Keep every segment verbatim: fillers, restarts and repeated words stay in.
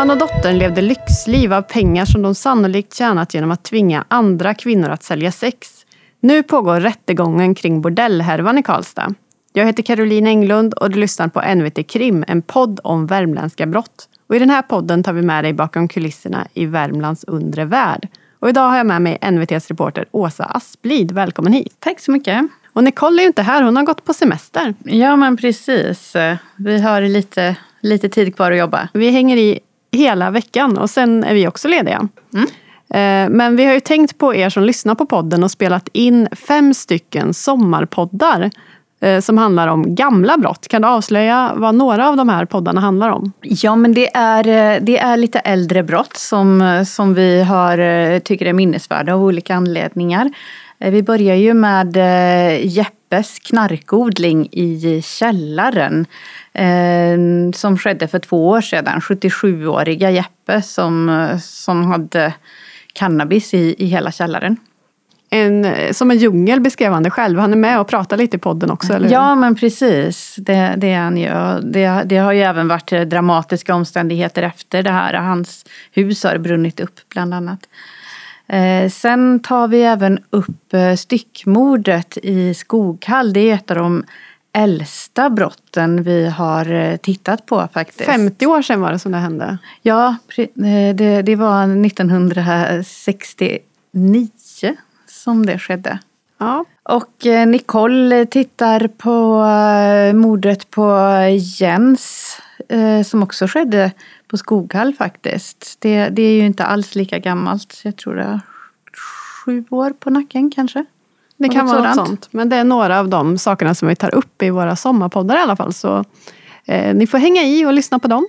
Mamman och dottern levde lyxliv av pengar som de sannolikt tjänat genom att tvinga andra kvinnor att sälja sex. Nu pågår rättegången kring bordellhärvan i Karlstad. Jag heter Caroline Englund och du lyssnar på N V T Krim, en podd om värmländska brott. Och i den här podden tar vi med dig bakom kulisserna i Värmlands undre värld. Och idag har jag med mig N V T:s reporter Åsa Asplid. Välkommen hit. Tack så mycket. Och Nicole är ju inte här, hon har gått på semester. Ja, men precis. Vi har lite, lite tid kvar att jobba. Vi hänger i hela veckan och sen är vi också lediga. Mm. Men vi har ju tänkt på er som lyssnar på podden och spelat in fem stycken sommarpoddar som handlar om gamla brott. Kan du avslöja vad några av de här poddarna handlar om? Ja, men det är, det är lite äldre brott som, som vi har, tycker är minnesvärda av olika anledningar. Vi börjar ju med Jeppes knarkodling i källaren eh, som skedde för två år sedan. sjuttiosjuåriga Jeppe som, som hade cannabis i, i hela källaren. En, som en djungel beskrev han det själv. Han är med och pratar lite i podden också, eller hur? Ja, men precis. Det, det är han ju. Det, det har ju även varit dramatiska omständigheter efter det här. Hans hus har brunnit upp bland annat. Eh, sen tar vi även upp eh, styckmordet i Skoghall. Det är ett av de äldsta brotten vi har eh, tittat på faktiskt. femtio år sedan var det som det hände. Ja, pre- det, det var nittonhundrasextionio som det skedde. Ja. Och eh, Nicole tittar på eh, mordet på Jens eh, som också skedde på Skoghall faktiskt. Det, det är ju inte alls lika gammalt. Jag tror det är sju år på nacken kanske. Det kan vara något sånt. Men det är några av de sakerna som vi tar upp i våra sommarpoddar i alla fall. Så eh, ni får hänga i och lyssna på dem.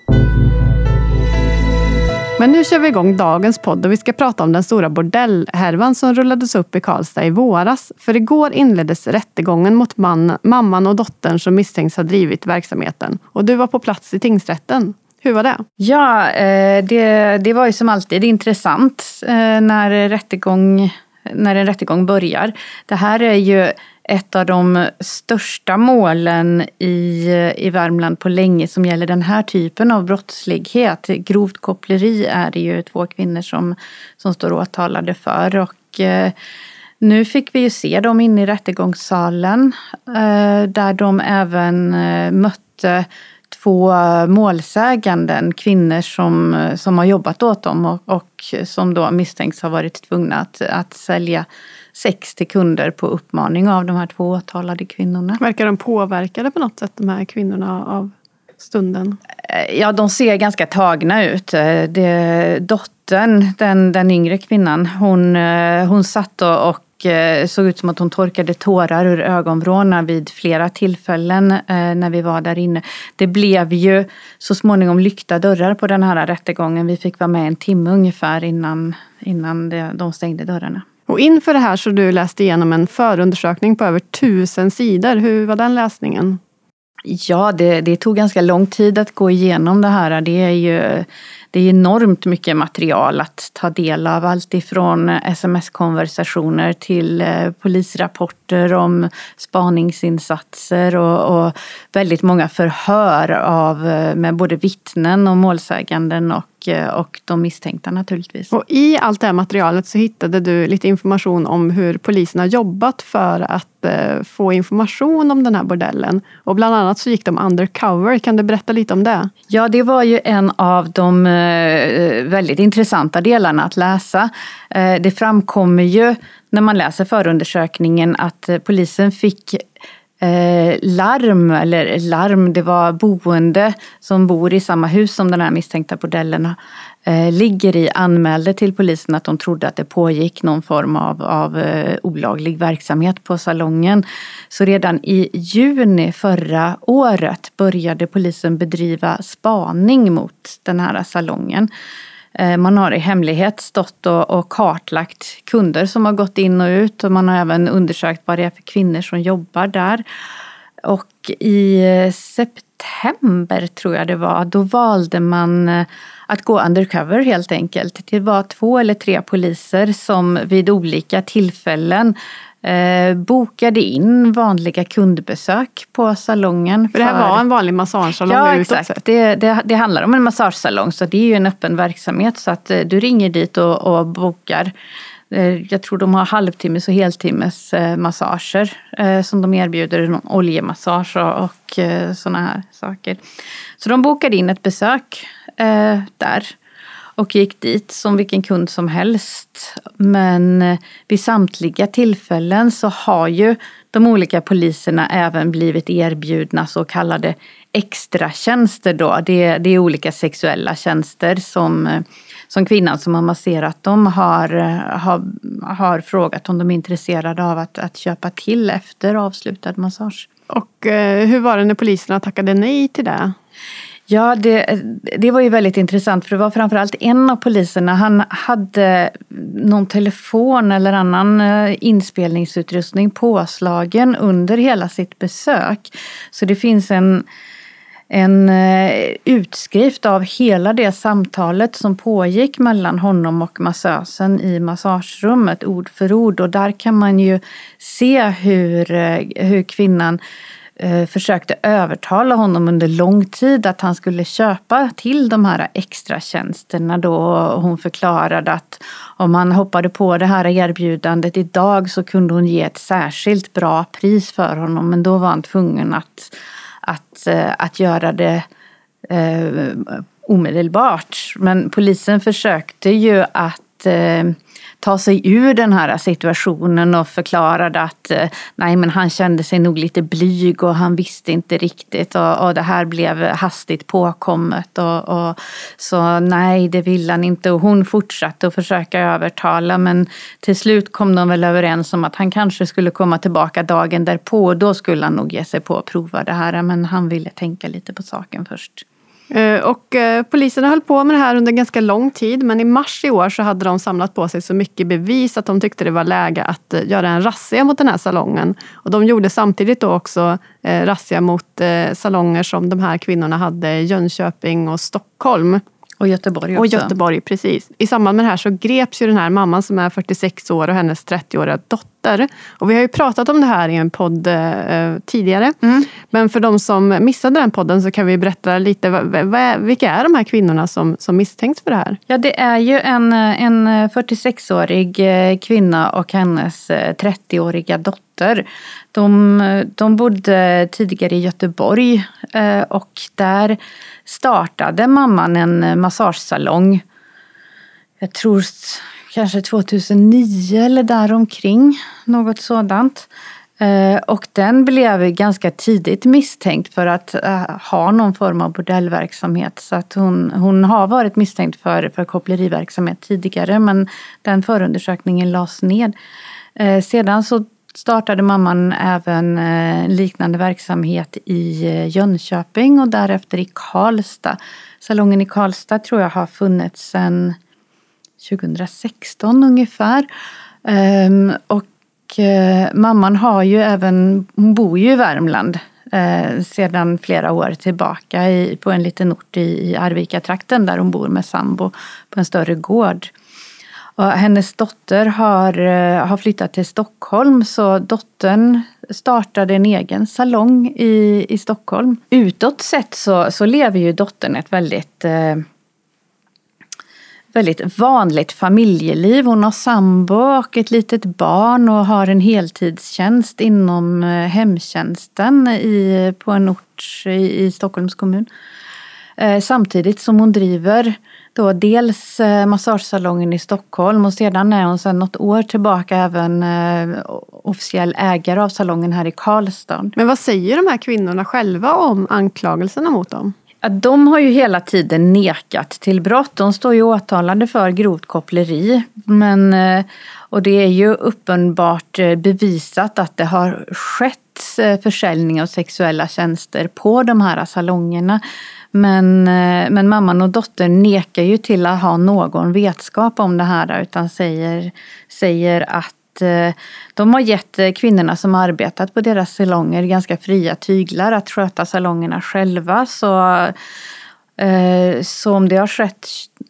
Men nu kör vi igång dagens podd och vi ska prata om den stora bordellhärvan som rullades upp i Karlstad i våras. För igår inleddes rättegången mot man, mamman och dottern som misstänks ha drivit verksamheten. Och du var på plats i tingsrätten. Hur var det? Ja, det, det var ju som alltid intressant när, rättegång, när en rättegång börjar. Det här är ju ett av de största målen i, i Värmland på länge som gäller den här typen av brottslighet. Grovt koppleri är det ju två kvinnor som, som står åtalade för. Och eh, nu fick vi ju se dem inne i rättegångssalen eh, där de även eh, mötte två målsäganden, kvinnor som, som har jobbat åt dem och, och som då misstänks ha varit tvungna att, att sälja sex till kunder på uppmaning av de här två åtalade kvinnorna. Verkar de påverkade på något sätt, de här kvinnorna, av stunden? Ja, de ser ganska tagna ut. Det, dottern, den, den yngre kvinnan, hon, hon satt och, och såg ut som att hon torkade tårar ur ögonvrårna vid flera tillfällen när vi var där inne. Det blev ju så småningom lyckta dörrar på den här rättegången. Vi fick vara med en timme ungefär innan, innan det, de stängde dörrarna. Och inför det här så du läste igenom en förundersökning på över tusen sidor. Hur var den läsningen? Ja, det, det tog ganska lång tid att gå igenom det här. Det är ju det är enormt mycket material att ta del av. Allt ifrån sms-konversationer till polisrapporter om spaningsinsatser och, och väldigt många förhör av, med både vittnen och målsäganden och och de misstänkta naturligtvis. Och i allt det här materialet så hittade du lite information om hur polisen har jobbat för att eh, få information om den här bordellen. Och bland annat så gick de undercover. Kan du berätta lite om det? Ja, det var ju en av de eh, väldigt intressanta delarna att läsa. Eh, det framkommer ju när man läser förundersökningen att eh, polisen fick Eh, larm, eller larm, det var boende som bor i samma hus som den här misstänkta bordellen eh, ligger i, anmälde till polisen att de trodde att det pågick någon form av, av eh, olaglig verksamhet på salongen. Så redan i juni förra året började polisen bedriva spaning mot den här salongen. Man har i hemlighet stått och, och kartlagt kunder som har gått in och ut. Och man har även undersökt vad det är för kvinnor som jobbar där. Och i september tror jag det var, då valde man att gå undercover helt enkelt. Det var två eller tre poliser som vid olika tillfällen eh, bokade in vanliga kundbesök på salongen. För det här var en vanlig massagesalong? Ja, exakt. Det, det, det handlar om en massagesalong, så det är ju en öppen verksamhet. Så att du ringer dit och, och bokar. Jag tror de har halvtimmes och heltimmes massager som de erbjuder, oljemassage och, och sådana här saker. Så de bokade in ett besök eh, där och gick dit som vilken kund som helst. Men vid samtliga tillfällen så har ju de olika poliserna även blivit erbjudna så kallade extra tjänster då. Det, det är olika sexuella tjänster som, som kvinnan som har masserat dem har, har, har frågat om de är intresserade av att, att köpa till efter avslutad massage. Och eh, hur var det när poliserna tackade nej till det? Ja, det, det var ju väldigt intressant, för det var framförallt en av poliserna. Han hade någon telefon eller annan inspelningsutrustning påslagen under hela sitt besök. Så det finns en, en utskrift av hela det samtalet som pågick mellan honom och massösen i massagerummet, ord för ord. Och där kan man ju se hur, hur kvinnan försökte övertala honom under lång tid att han skulle köpa till de här extra tjänsterna då. Hon förklarade att om han hoppade på det här erbjudandet idag så kunde hon ge ett särskilt bra pris för honom, men då var han tvungen att, att, att göra det eh, omedelbart. Men polisen försökte ju att eh, ta sig ur den här situationen och förklarade att nej, men han kände sig nog lite blyg och han visste inte riktigt och, och det här blev hastigt påkommet och, och så nej, det ville han inte, och hon fortsatte att försöka övertala, men till slut kom de väl överens om att han kanske skulle komma tillbaka dagen därpå och då skulle han nog ge sig på att prova det här, men han ville tänka lite på saken först. Och poliserna höll på med det här under ganska lång tid, men i mars i år så hade de samlat på sig så mycket bevis att de tyckte det var läge att göra en razzia mot den här salongen. Och de gjorde samtidigt då också razzia mot salonger som de här kvinnorna hade i Jönköping och Stockholm. Och Göteborg också. Och Göteborg, precis. I samband med det här så greps ju den här mamman som är fyrtiosex år och hennes trettioåriga dotter. Och vi har ju pratat om det här i en podd eh, tidigare. Mm. Men för de som missade den podden så kan vi berätta lite, v- v- vilka är de här kvinnorna som, som misstänks för det här? Ja, det är ju en, en fyrtiosexårig kvinna och hennes trettioåriga dotter. De, de bodde tidigare i Göteborg och där startade mamman en massagesalong. Jag tror kanske tjugohundranio eller däromkring, något sådant. Och den blev ganska tidigt misstänkt för att ha någon form av bordellverksamhet. Så att hon, hon har varit misstänkt för, för koppleriverksamhet tidigare, men den förundersökningen lades ned. Sedan så startade mamman även liknande verksamhet i Jönköping och därefter i Karlstad. Salongen i Karlstad tror jag har funnits sedan tjugohundrasexton ungefär. Och mamman har ju även, hon bor ju i Värmland sedan flera år tillbaka i, på en liten ort i, i Arvika-trakten där hon bor med sambo på en större gård. Och hennes dotter har, har flyttat till Stockholm, så dottern startade en egen salong i, i Stockholm. Utåt sett så, så lever ju dottern ett väldigt, eh, väldigt vanligt familjeliv. Hon har sambo och ett litet barn och har en heltidstjänst inom hemtjänsten i, på en ort i, i Stockholms kommun. Eh, samtidigt som hon driver då dels massagesalongen i Stockholm och sedan är hon sedan något år tillbaka även eh, officiell ägare av salongen här i Karlstad. Men vad säger de här kvinnorna själva om anklagelserna mot dem? Ja, de har ju hela tiden nekat till brott. De står ju åtalade för grovt koppleri. Men, och det är ju uppenbart bevisat att det har skett försäljning av sexuella tjänster på de här salongerna. Men, men mamman och dottern nekar ju till att ha någon vetskap om det här, utan säger, säger att de har gett kvinnorna som arbetat på deras salonger ganska fria tyglar att sköta salongerna själva. Så, så om det har skett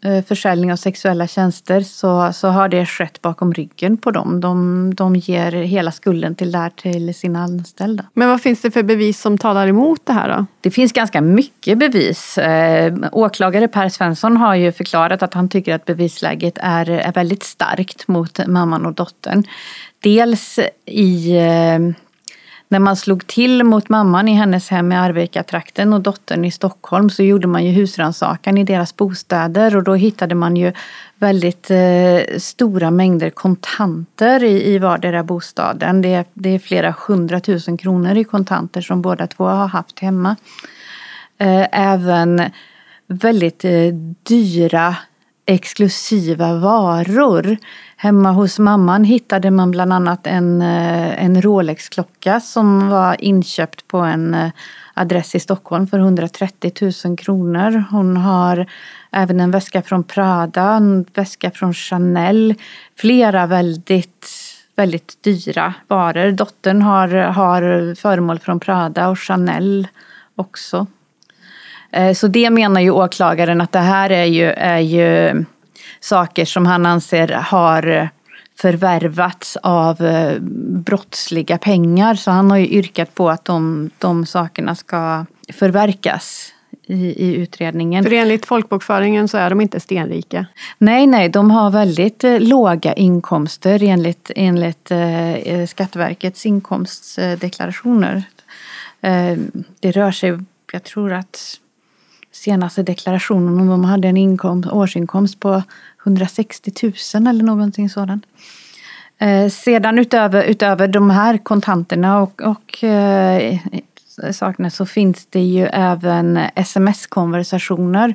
försäljning av sexuella tjänster så, så har det skett bakom ryggen på dem. De, de ger hela skulden till där till sina anställda. Men vad finns det för bevis som talar emot det här då? Det finns ganska mycket bevis. Eh, åklagare Per Svensson har ju förklarat att han tycker att bevisläget är, är väldigt starkt mot mamman och dottern. Dels i... Eh, När man slog till mot mamman i hennes hem i Arvika-trakten och dottern i Stockholm så gjorde man ju husrannsakan i deras bostäder och då hittade man ju väldigt eh, stora mängder kontanter i, i vardera bostaden. Det är, det är flera hundratusen kronor i kontanter som båda två har haft hemma. Eh, även väldigt eh, dyra exklusiva varor. Hemma hos mamman hittade man bland annat en, en Rolex-klocka som var inköpt på en adress i Stockholm för hundratrettio tusen kronor. Hon har även en väska från Prada, en väska från Chanel. Flera väldigt, väldigt dyra varor. Dottern har, har föremål från Prada och Chanel också. Så det menar ju åklagaren att det här är ju, är ju saker som han anser har förvärvats av brottsliga pengar. Så han har ju yrkat på att de, de sakerna ska förverkas i, i utredningen. För enligt folkbokföringen så är de inte stenrika. Nej, nej, de har väldigt låga inkomster enligt, enligt eh, Skatteverkets inkomstdeklarationer. Eh, det rör sig, jag tror att senaste deklarationen om de hade en inkomst, årsinkomst på hundrasextio tusen eller någonting sådant. Eh, sedan utöver, utöver de här kontanterna och, och eh, sakerna så finns det ju även sms-konversationer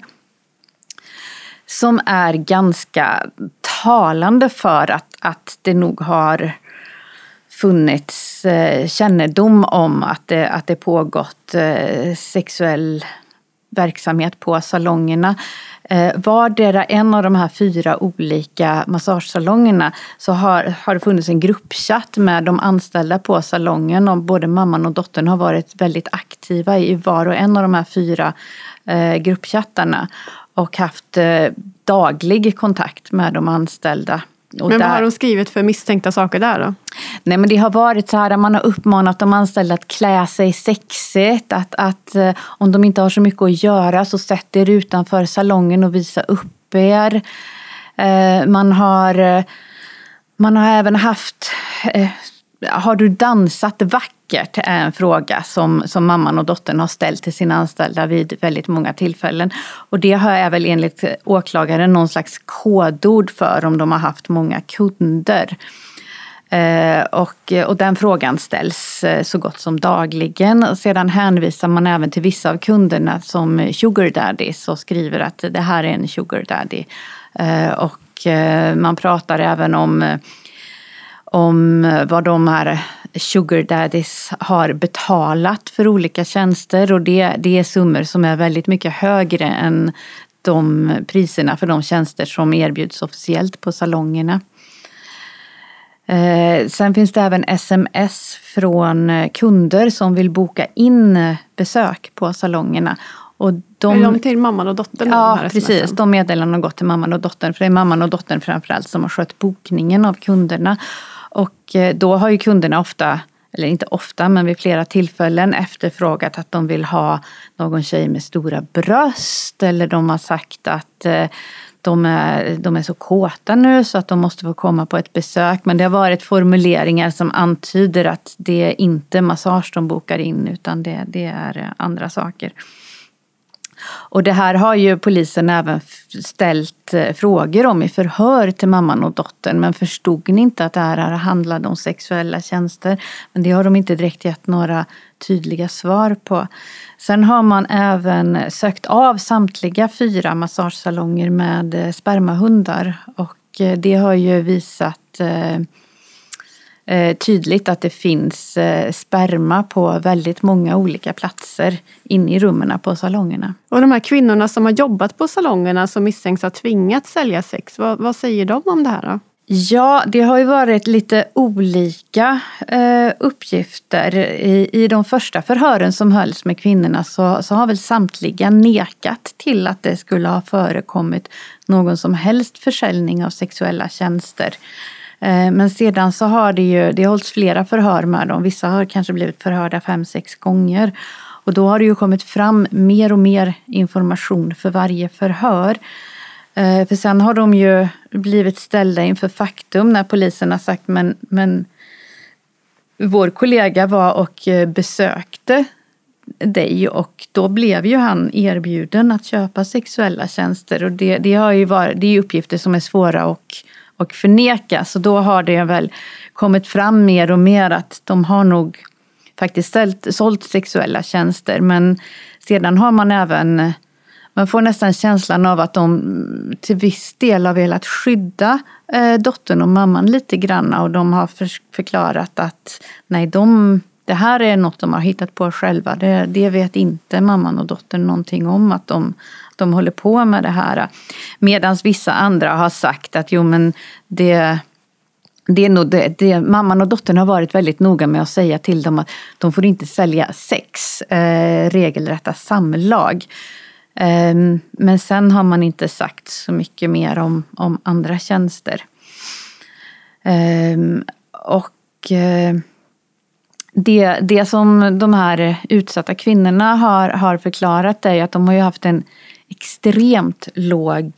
som är ganska talande för att, att det nog har funnits eh, kännedom om att det, att det pågått eh, sexuell verksamhet på salongerna. Eh, vardera en av de här fyra olika massagesalongerna så har, har det funnits en gruppchatt med de anställda på salongen och både mamman och dottern har varit väldigt aktiva i var och en av de här fyra eh, gruppchattarna och haft eh, daglig kontakt med de anställda. Och men vad där... har de skrivit för misstänkta saker där då? Nej, men det har varit så här att man har uppmanat de anställda att klä sig sexigt. Att, att eh, om de inte har så mycket att göra så sätt er utanför salongen och visa upp er. Eh, man, har, eh, man har även haft... Eh, har du dansat vackert? Är en fråga som, som mamman och dottern har ställt till sina anställda vid väldigt många tillfällen. Och det har är väl enligt åklagaren någon slags kodord för om de har haft många kunder. Eh, och, och den frågan ställs eh, så gott som dagligen. Och sedan hänvisar man även till vissa av kunderna som sugar daddies och skriver att det här är en sugar daddy. Eh, och eh, man pratar även om om vad de här sugar daddies har betalat för olika tjänster och det, det är summor som är väldigt mycket högre än de priserna för de tjänster som erbjuds officiellt på salongerna. Eh, sen finns det även sms från kunder som vill boka in besök på salongerna. Och de, är de till mamman och dottern? Ja, de här precis. De meddelarna har gått till mamman och dottern. För det är mamman och dottern framförallt som har skött bokningen av kunderna. Och då har ju kunderna ofta, eller inte ofta, men vid flera tillfällen efterfrågat att de vill ha någon tjej med stora bröst. Eller de har sagt att de är, de är så kåta nu så att de måste få komma på ett besök. Men det har varit formuleringar som antyder att det är inte massage de bokar in utan det, det är andra saker. Och det här har ju polisen även ställt frågor om i förhör till mamman och dottern. Men förstod ni inte att det här handlade om sexuella tjänster? Men det har de inte direkt gett några tydliga svar på. Sen har man även sökt av samtliga fyra massagesalonger med spermahundar. Och det har ju visat tydligt att det finns sperma på väldigt många olika platser inne i rummen på salongerna. Och de här kvinnorna som har jobbat på salongerna som misstänks ha tvingat sälja sex, vad, vad säger de om det här då? Ja, det har ju varit lite olika eh, uppgifter. I, I de första förhören som hölls med kvinnorna så, så har väl samtliga nekat till att det skulle ha förekommit någon som helst försäljning av sexuella tjänster. Eh, men sedan så har det ju det har hållits flera förhör med dem. Vissa har kanske blivit förhörda fem, sex gånger. Och då har det ju kommit fram mer och mer information för varje förhör. För sen har de ju blivit ställda inför faktum när polisen har sagt men, men vår kollega var och besökte dig och då blev ju han erbjuden att köpa sexuella tjänster och det, det, har ju varit, det är uppgifter som är svåra att och förneka så då har det väl kommit fram mer och mer att de har nog faktiskt ställt, sålt sexuella tjänster men sedan har man även Man får nästan känslan av att de till viss del har velat skydda eh, dottern och mamman lite grann. Och de har för, förklarat att nej, de, det här är något de har hittat på själva. Det, det vet inte mamman och dottern någonting om att de, de håller på med det här. Medan vissa andra har sagt att jo men det... Det är nog det, det, mamman och dottern har varit väldigt noga med att säga till dem att de får inte sälja sex, eh, regelrätta samlag. Men sen har man inte sagt så mycket mer om, om andra tjänster. Och det, det som de här utsatta kvinnorna har, har förklarat är att de har ju haft en extremt låg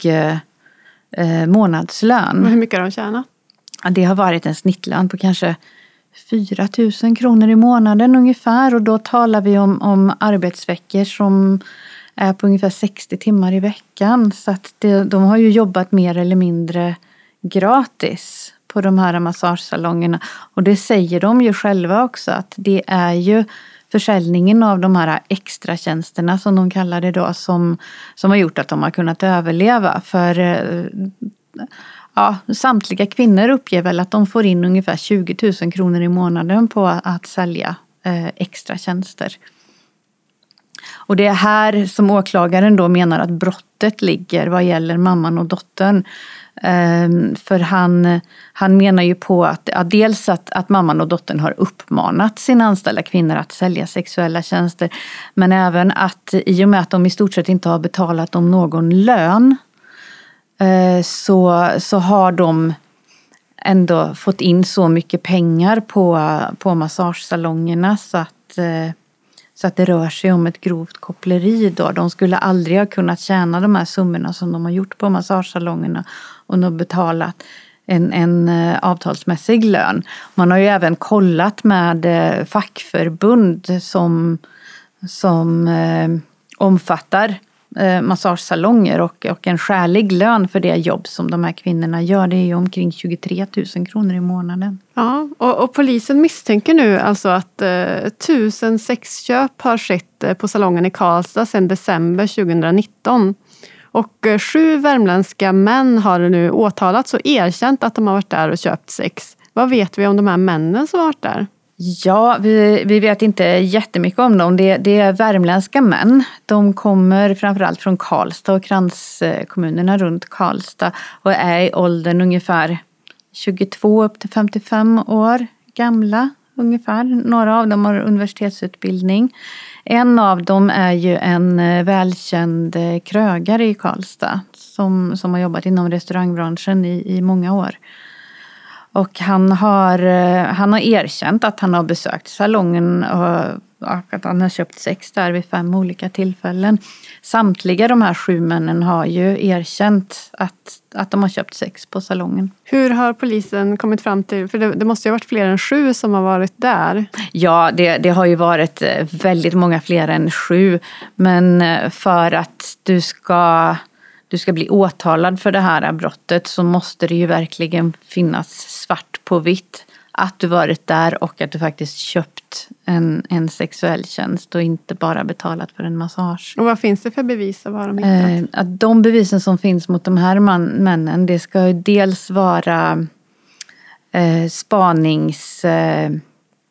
månadslön. Men hur mycket har de tjänat? Det har varit en snittlön på kanske fyra tusen kronor i månaden ungefär. Och då talar vi om, om arbetsveckor som är på ungefär sextio timmar i veckan. Så att det, de har ju jobbat mer eller mindre gratis på de här massagesalongerna. Och det säger de ju själva också att det är ju försäljningen av de här extra tjänsterna som de kallar det då som, som har gjort att de har kunnat överleva. För ja, samtliga kvinnor uppger väl att de får in ungefär tjugo tusen kronor i månaden på att sälja eh, extra tjänster. Och det är här som åklagaren då menar att brottet ligger vad gäller mamman och dottern. Ehm, för han, han menar ju på att ja, dels att, att mamman och dottern har uppmanat sina anställda kvinnor att sälja sexuella tjänster. Men även att i och med att de i stort sett inte har betalat dem någon lön eh, så, så har de ändå fått in så mycket pengar på, på massagesalongerna så att... Eh, Så att det rör sig om ett grovt koppleri då. De skulle aldrig ha kunnat tjäna de här summorna som de har gjort på massagesalongerna och de har betalat en, en avtalsmässig lön. Man har ju även kollat med fackförbund som, som eh, omfattar eh, massagesalonger och, och en skälig lön för det jobb som de här kvinnorna gör. Det är ju omkring tjugotre tusen kronor i månaden. Ja, och, och polisen misstänker nu alltså att eh, tusen sexköp har skett eh, på salongen i Karlstad sedan december tjugonitton. Och eh, sju värmländska män har nu åtalats och erkänt att de har varit där och köpt sex. Vad vet vi om de här männen som har varit där? Ja, vi, vi vet inte jättemycket om dem. Det, det är värmländska män. De kommer framförallt från Karlstad och kranskommunerna runt Karlstad och är i åldern ungefär tjugotvå upp till femtiofem år gamla ungefär. Några av dem har universitetsutbildning. En av dem är ju en välkänd krögare i Karlstad som, som har jobbat inom restaurangbranschen i, i många år. Och han har, han har erkänt att han har besökt salongen och att han har köpt sex där vid fem olika tillfällen. Samtliga de här sju männen har ju erkänt att, att de har köpt sex på salongen. Hur har polisen kommit fram till, för det, det måste ju ha varit fler än sju som har varit där. Ja, det, det har ju varit väldigt många fler än sju. Men för att du ska... du ska bli åtalad för det här brottet så måste det ju verkligen finnas svart på vitt att du varit där och att du faktiskt köpt en, en sexuell tjänst och inte bara betalat för en massage. Och vad finns det för bevis av vad de hittat? Eh, att de bevisen som finns mot de här man, männen, det ska ju dels vara eh, spaningsbilder.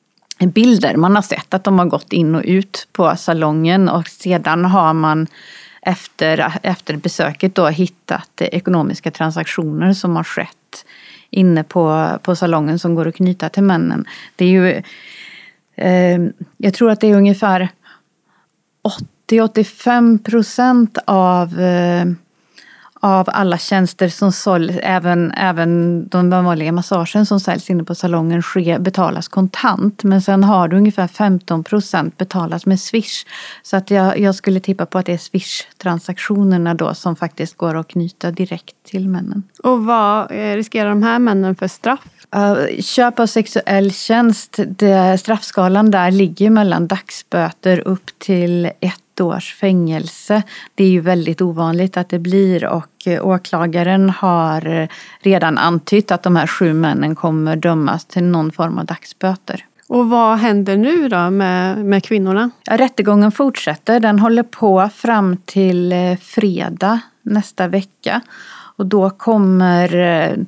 Eh, man har sett att de har gått in och ut på salongen och sedan har man Efter, efter besöket då hittat ekonomiska transaktioner som har skett inne på, på salongen som går att knyta till männen. Det är ju, eh, jag tror att det är ungefär åttio till åttiofem procent av, eh, av alla tjänster som såls, även, även de vanliga massagen som säljs inne på salongen sker, betalas kontant. Men sen har du ungefär femton procent betalas med Swish. Så att jag, jag skulle tippa på att det är Swish-transaktionerna då som faktiskt går att knyta direkt till männen. Och vad riskerar de här männen för straff? Uh, köp av sexuell tjänst, det, straffskalan där ligger mellan dagsböter upp till ett års fängelse. Det är ju väldigt ovanligt att det blir, och åklagaren har redan antytt att de här sju männen kommer dömas till någon form av dagsböter. Och vad händer nu då med, med kvinnorna? Ja, rättegången fortsätter. Den håller på fram till fredag nästa vecka. Och då kommer...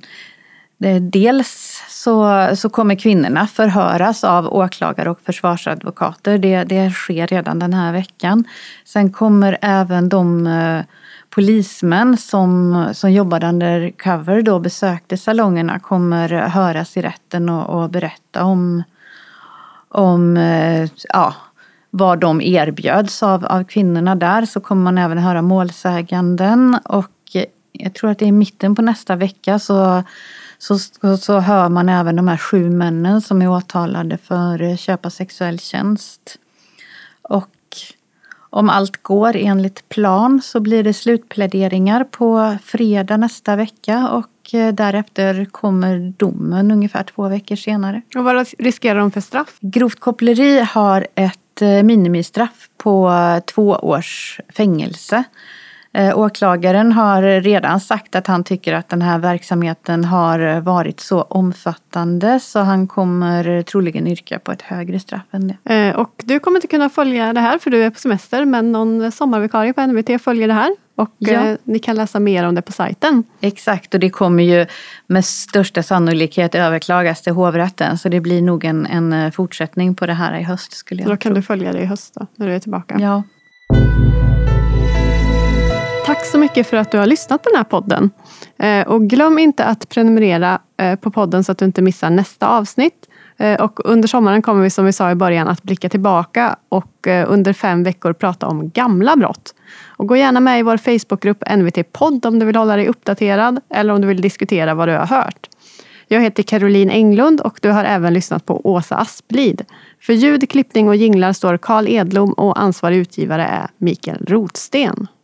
Dels så, så kommer kvinnorna förhöras av åklagare och försvarsadvokater. Det, det sker redan den här veckan. Sen kommer även de eh, polismän som, som jobbade undercover då besökte salongerna kommer höras i rätten och, och berätta om, om eh, ja, vad de erbjöds av, av kvinnorna där. Så kommer man även höra målsäganden, och jag tror att det är i mitten på nästa vecka så Så, så hör man även de här sju männen som är åtalade för köpa sexuell tjänst. Och om allt går enligt plan så blir det slutpläderingar på fredag nästa vecka, och därefter kommer domen ungefär två veckor senare. Och vad riskerar de för straff? Grovt koppleri har ett minimistraff på två års fängelse. Åklagaren har redan sagt att han tycker att den här verksamheten har varit så omfattande så han kommer troligen yrka på ett högre straff än det. Och du kommer inte kunna följa det här för du är på semester, men någon sommarvikarie på N V T följer det här. Och ja. Ni kan läsa mer om det på sajten. Exakt, och det kommer ju med största sannolikhet överklagas till hovrätten. Så det blir nog en, en fortsättning på det här i höst skulle jag tro. Då kan du följa det i höst då, när du är tillbaka. Ja. Tack så mycket för att du har lyssnat på den här podden. Och glöm inte att prenumerera på podden så att du inte missar nästa avsnitt. Och under sommaren kommer vi, som vi sa i början, att blicka tillbaka och under fem veckor prata om gamla brott. Och gå gärna med i vår Facebookgrupp N V T-podd om du vill hålla dig uppdaterad eller om du vill diskutera vad du har hört. Jag heter Caroline Englund och du har även lyssnat på Åsa Asplid. För ljud, klippning och jinglar står Carl Edlom och ansvarig utgivare är Mikael Rotsten.